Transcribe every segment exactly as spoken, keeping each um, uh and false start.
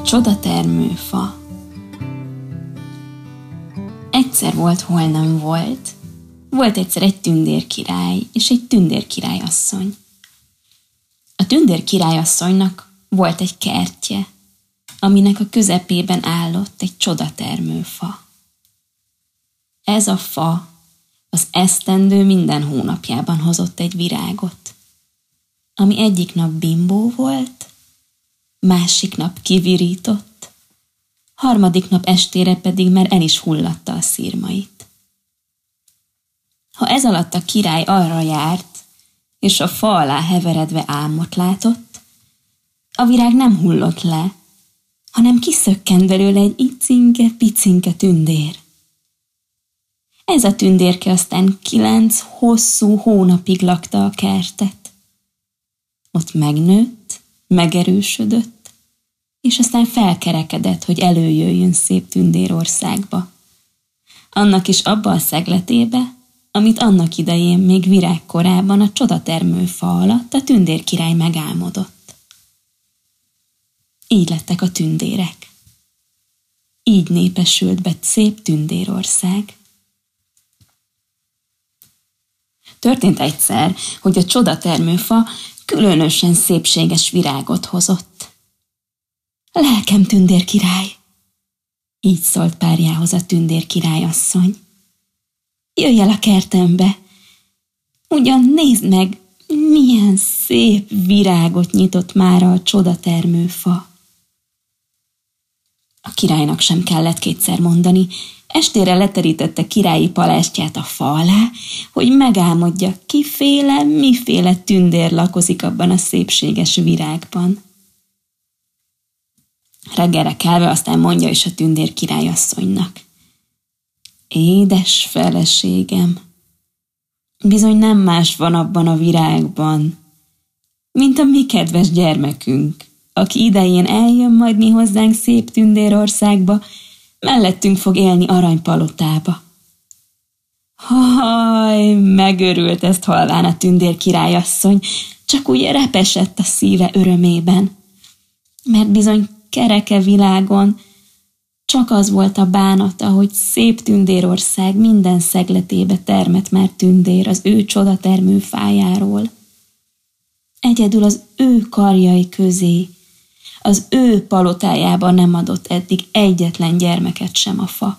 Csodatermő fa. Egyszer volt, hol nem volt. Volt egyszer egy tündérkirály és egy tündérkirályasszony. A tündérkirályasszonynak volt egy kertje, aminek a közepében állott egy csodatermő fa. Ez a fa az esztendő minden hónapjában hozott egy virágot, ami egyik nap bimbó volt, másik nap kivirított, harmadik nap estére pedig már el is hullatta a szirmait. Ha ez alatt a király arra járt, és a fa alá heveredve álmot látott, a virág nem hullott le, hanem kiszökkent belőle egy icinke-picinke tündér. Ez a tündérke aztán kilenc hosszú hónapig lakta a kertet. Ott megnőtt, megerősödött, és aztán felkerekedett, hogy előjöjjön szép tündérországba. Annak is abba a szegletébe, amit annak idején még virágkorában a csodatermő fa alatt a tündérkirály megálmodott. Így lettek a tündérek. Így népesült be szép tündérország. Történt egyszer, hogy a csodatermőfa különösen szépséges virágot hozott. Lelkem tündérkirály, így szólt párjához a tündérkirályasszony. Jöjj el a kertembe, ugyan nézd meg, milyen szép virágot nyitott már a csodatermőfa. A királynak sem kellett kétszer mondani, estére leterítette királyi palástját a fa alá, hogy megálmodja, kiféle, miféle tündér lakozik abban a szépséges virágban. Reggelre kelve aztán mondja is a tündér királyasszonynak. Édes feleségem, bizony nem más van abban a virágban, mint a mi kedves gyermekünk, aki idején eljön majd mi hozzánk szép tündérországba, mellettünk fog élni aranypalotába. Haj, megörült ezt halván a tündér királyasszony, csak úgy repesett a szíve örömében, mert bizony kereke világon csak az volt a bánata, hogy szép tündérország minden szegletébe termett már tündér az ő csodatermő fájáról. Egyedül az ő karjai közé, az ő palotájában nem adott eddig egyetlen gyermeket sem a fa.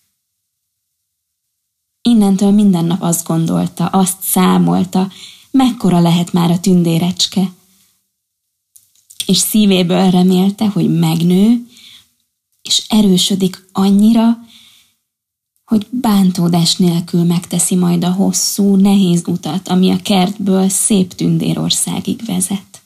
Innentől minden nap azt gondolta, azt számolta, mekkora lehet már a tündérecske, és szívéből remélte, hogy megnő, és erősödik annyira, hogy bántódás nélkül megteszi majd a hosszú, nehéz utat, ami a kertből szép tündérországig vezet.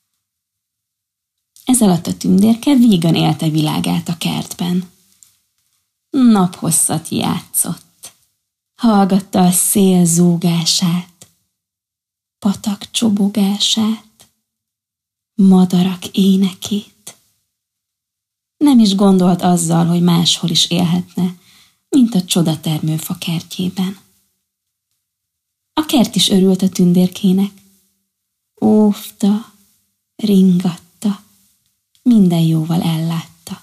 Ez alatt a tündérke vígan élte világát a kertben. Naphosszat játszott, hallgatta a szél zúgását, patak csobogását, madarak énekét. Nem is gondolt azzal, hogy máshol is élhetne, mint a csodatermőfa kertjében. A kert is örült a tündérkének. Óvta, ringatta, minden jóval ellátta.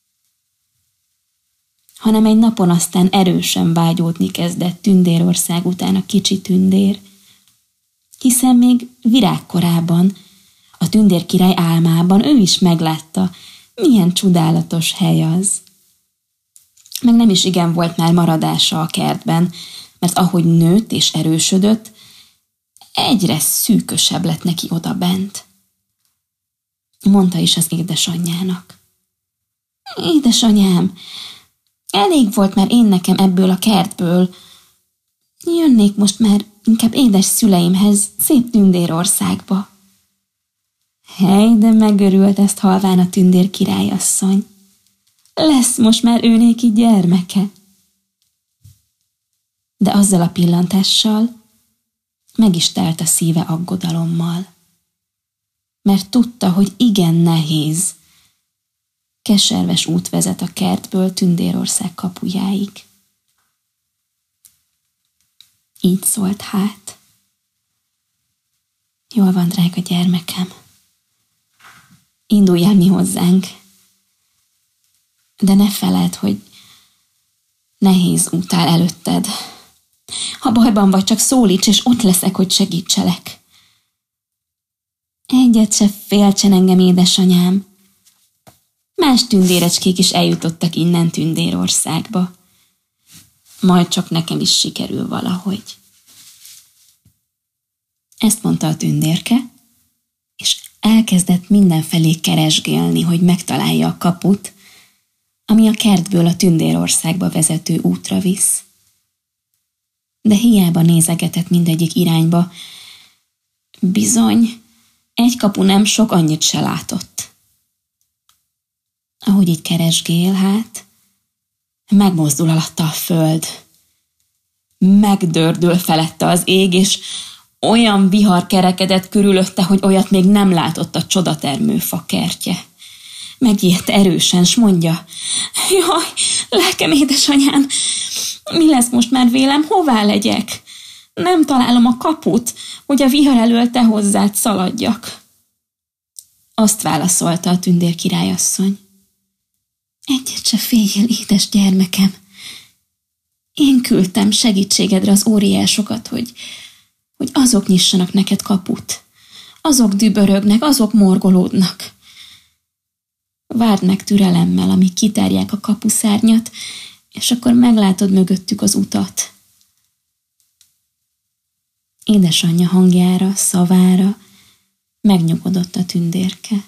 Hanem egy napon aztán erősen vágyódni kezdett tündérország után a kicsi tündér, hiszen még virágkorában, a tündérkirály álmában ő is meglátta, milyen csodálatos hely az. Meg nem is igen volt már maradása a kertben, mert ahogy nőtt és erősödött, egyre szűkösebb lett neki oda bent. Mondta is az édesanyjának. Édesanyám, elég volt már én nekem ebből a kertből. Jönnék most már inkább édes szüleimhez, szép tündérországba. Hely, de megörült ezt halván a tündér királyasszony. Lesz most már őnéki gyermeke. De azzal a pillantással meg is telt a szíve aggodalommal, mert tudta, hogy igen nehéz, keserves út vezet a kertből tündérország kapujáig. Így szólt hát. Jól van, drága gyermekem. Indulj el mi hozzánk. De ne feledd, hogy nehéz út áll előtted. Ha bajban vagy, csak szólíts, és ott leszek, hogy segítselek. Egyet se féltsen engem, édesanyám. Más tündérecskék is eljutottak innen Tündérországba. Majd csak nekem is sikerül valahogy. Ezt mondta a tündérke, és elkezdett mindenfelé keresgélni, hogy megtalálja a kaput, ami a kertből a Tündérországba vezető útra visz. De hiába nézegetett mindegyik irányba, bizony, egy kapu nem sok, annyit se látott. Ahogy így keresgél, hát, megmozdul alatta a föld. Megdördül felette az ég, és olyan vihar kerekedett körülötte, hogy olyat még nem látott a csodatermő fa kertje. Megijedt erősen, s mondja: jaj, lelkem, édesanyám, mi lesz most már vélem, hová legyek? Nem találom a kaput, hogy a vihar elől te hozzád szaladjak. Azt válaszolta a tündérkirályasszony: egyet se féljél, édes gyermekem. Én küldtem segítségedre az óriásokat, hogy, hogy azok nyissanak neked kaput. Azok dübörögnek, azok morgolódnak. Várd meg türelemmel, amíg kitárják a kapuszárnyat, és akkor meglátod mögöttük az utat. Édesanyja hangjára, szavára megnyugodott a tündérke.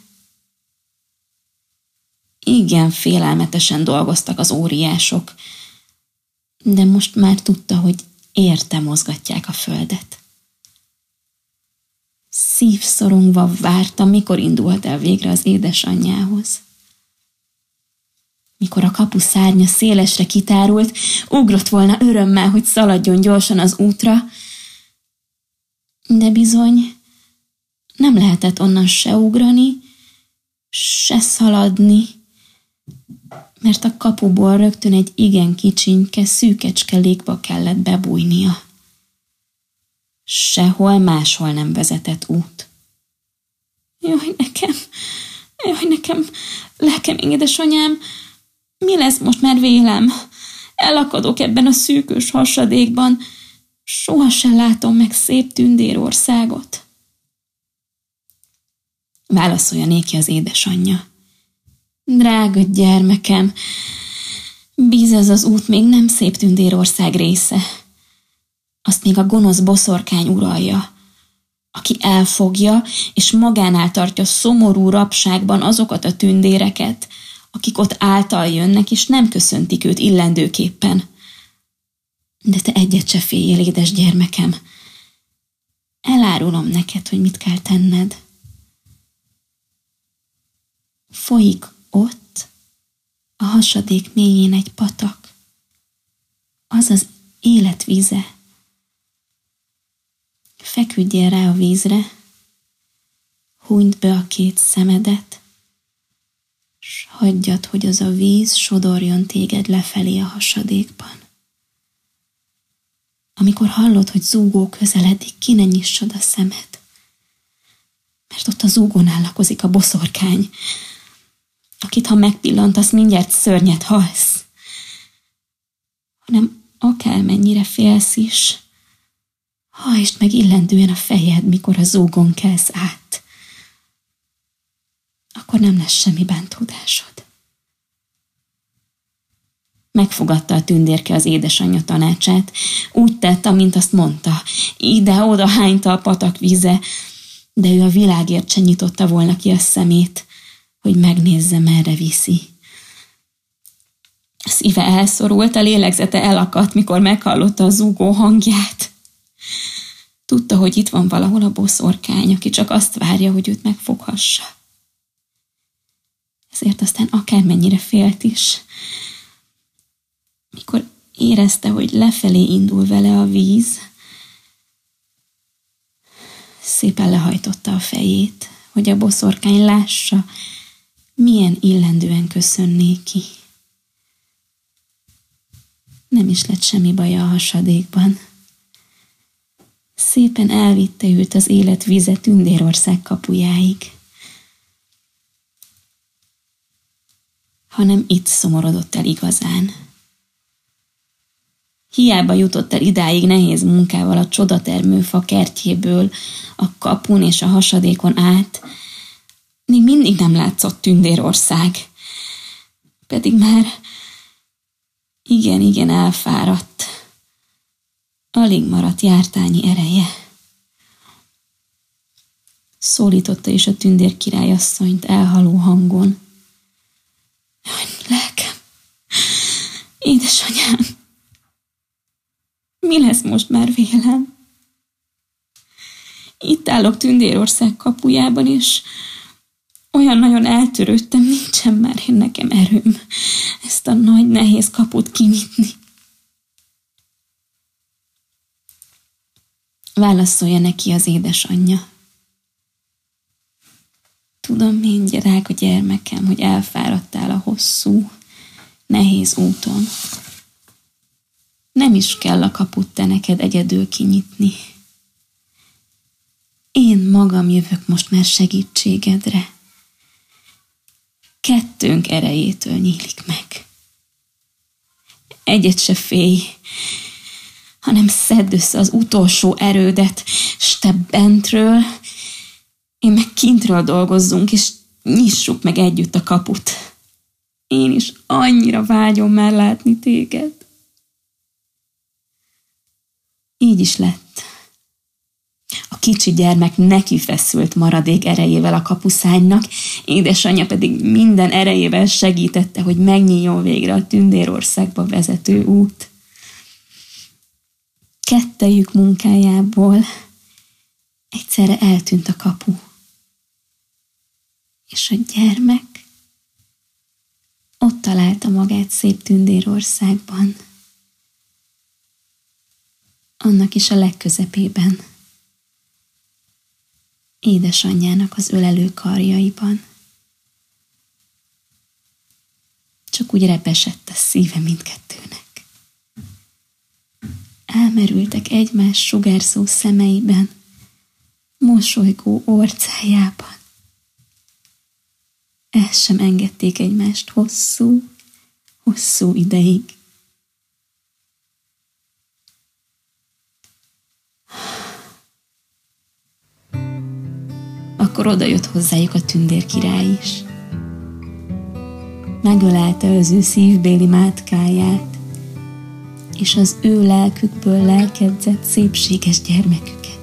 Igen félelmetesen dolgoztak az óriások, de most már tudta, hogy érte mozgatják a földet. Szívszorongva várta, mikor indult el végre az édesanyjához. Mikor a kapu szárnya szélesre kitárult, ugrott volna örömmel, hogy szaladjon gyorsan az útra, de bizony nem lehetett onnan se ugrani, se szaladni, mert a kapuból rögtön egy igen kicsinke, szűkecske lékba kellett bebújnia. Sehol máshol nem vezetett út. Jaj, nekem, jaj, nekem, lelkem, édesanyám, mi lesz most már vélem? Elakadok ebben a szűkös hasadékban, sohasem látom meg szép Tündérországot. Válaszolja néki az édesanyja: drága gyermekem, bíz, ez az út még nem szép Tündérország része. Azt még a gonosz boszorkány uralja, aki elfogja és magánál tartja szomorú rabságban azokat a tündéreket, akik ott által jönnek, és nem köszöntik őt illendőképpen. De te egyet se féljél, édes gyermekem. Elárulom neked, hogy mit kell tenned. Folyik ott, a hasadék mélyén egy patak. Az az élet víze. Feküdjél rá a vízre, hunyd be a két szemedet, s hagyjad, hogy az a víz sodorjon téged lefelé a hasadékban. Amikor hallod, hogy zúgó közeledik, ki ne nyissad a szemed, mert ott a zúgónál lakozik a boszorkány, akit ha megpillantasz, mindjárt szörnyet halsz, hanem akármennyire félsz is, hajtsd meg illendően a fejed, mikor a zúgón kelsz át. Akkor nem lesz semmi bántódásod. Megfogadta a tündérke az édesanyja tanácsát, úgy tett, amint azt mondta. Ide-oda hányta a patak víze, de ő a világért se nyitotta volna ki a szemét, hogy megnézze, merre viszi. A szíve elszorult, a lélegzete elakadt, mikor meghallotta a zúgó hangját. Tudta, hogy itt van valahol a boszorkány, aki csak azt várja, hogy őt megfoghassa. Ezért aztán akármennyire félt is, mikor érezte, hogy lefelé indul vele a víz, szépen lehajtotta a fejét, hogy a boszorkány lássa, milyen illendően köszön néki. Nem is lett semmi baja a hasadékban. Szépen elvitte őt az élet vize Tündérország kapujáig. hanem itt szomorodott el igazán. Hiába jutott el idáig nehéz munkával a csodatermőfa kertjéből, a kapun és a hasadékon át, még mindig nem látszott Tündérország. Pedig már igen-igen elfáradt. Alig maradt jártányi ereje. Szólította is a Tündér királyasszonyt elhaló hangon. Jaj, lelkem! Édesanyám! Mi lesz most már vélem? Itt állok Tündérország kapujában, és olyan nagyon eltörődtem, nincsen már én nekem erőm ezt a nagy, nehéz kaput kinyitni. Válaszolja neki az édesanyja. Tudom én, drága gyermekem, hogy elfáradtál a hosszú, nehéz úton. Nem is kell a kaput te neked egyedül kinyitni. Én magam jövök most már segítségedre. Kettőnk erejétől nyílik meg. Egyet se félj, hanem szedd össze az utolsó erődet, s te bentről, én meg kintről dolgozzunk, és nyissuk meg együtt a kaput. Én is annyira vágyom már látni téged. Így is lett. A kicsi gyermek neki feszült maradék erejével a kapuszánynak, édesanyja pedig minden erejével segítette, hogy megnyíljon végre a Tündérországba vezető út. Kettejük munkájából egyszerre eltűnt a kapu, és a gyermek ott találta magát szép Tündérországban, annak is a legközepében, édesanyjának az ölelő karjaiban. Csak úgy repesett a szíve mindkettőnek. Elmerültek egymás sugárzó szemeiben, mosolygó orcájában. El sem engedték egymást hosszú, hosszú ideig. Akkor odajött hozzájuk a Tündér király is. Megölelte az ő szívbéli mátkáját, és az ő lelkükből lelkedzett szépséges gyermeküket.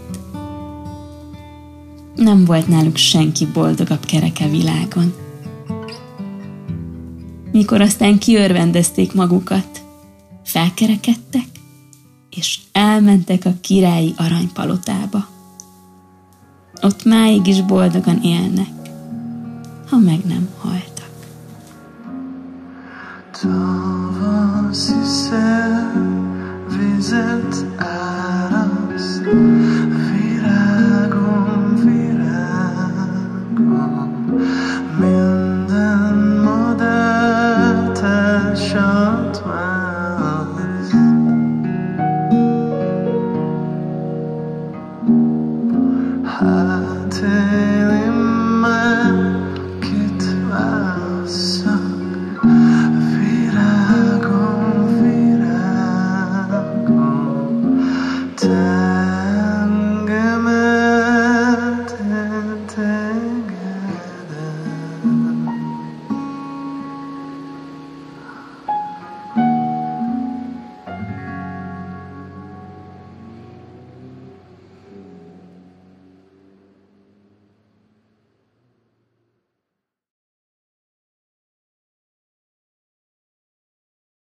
Nem volt náluk senki boldogabb kereke világon. Mikor aztán kiörvendezték magukat, felkerekedtek, és elmentek a királyi aranypalotába. Ott máig is boldogan élnek, ha meg nem haltak. Tavaszi szel, vizet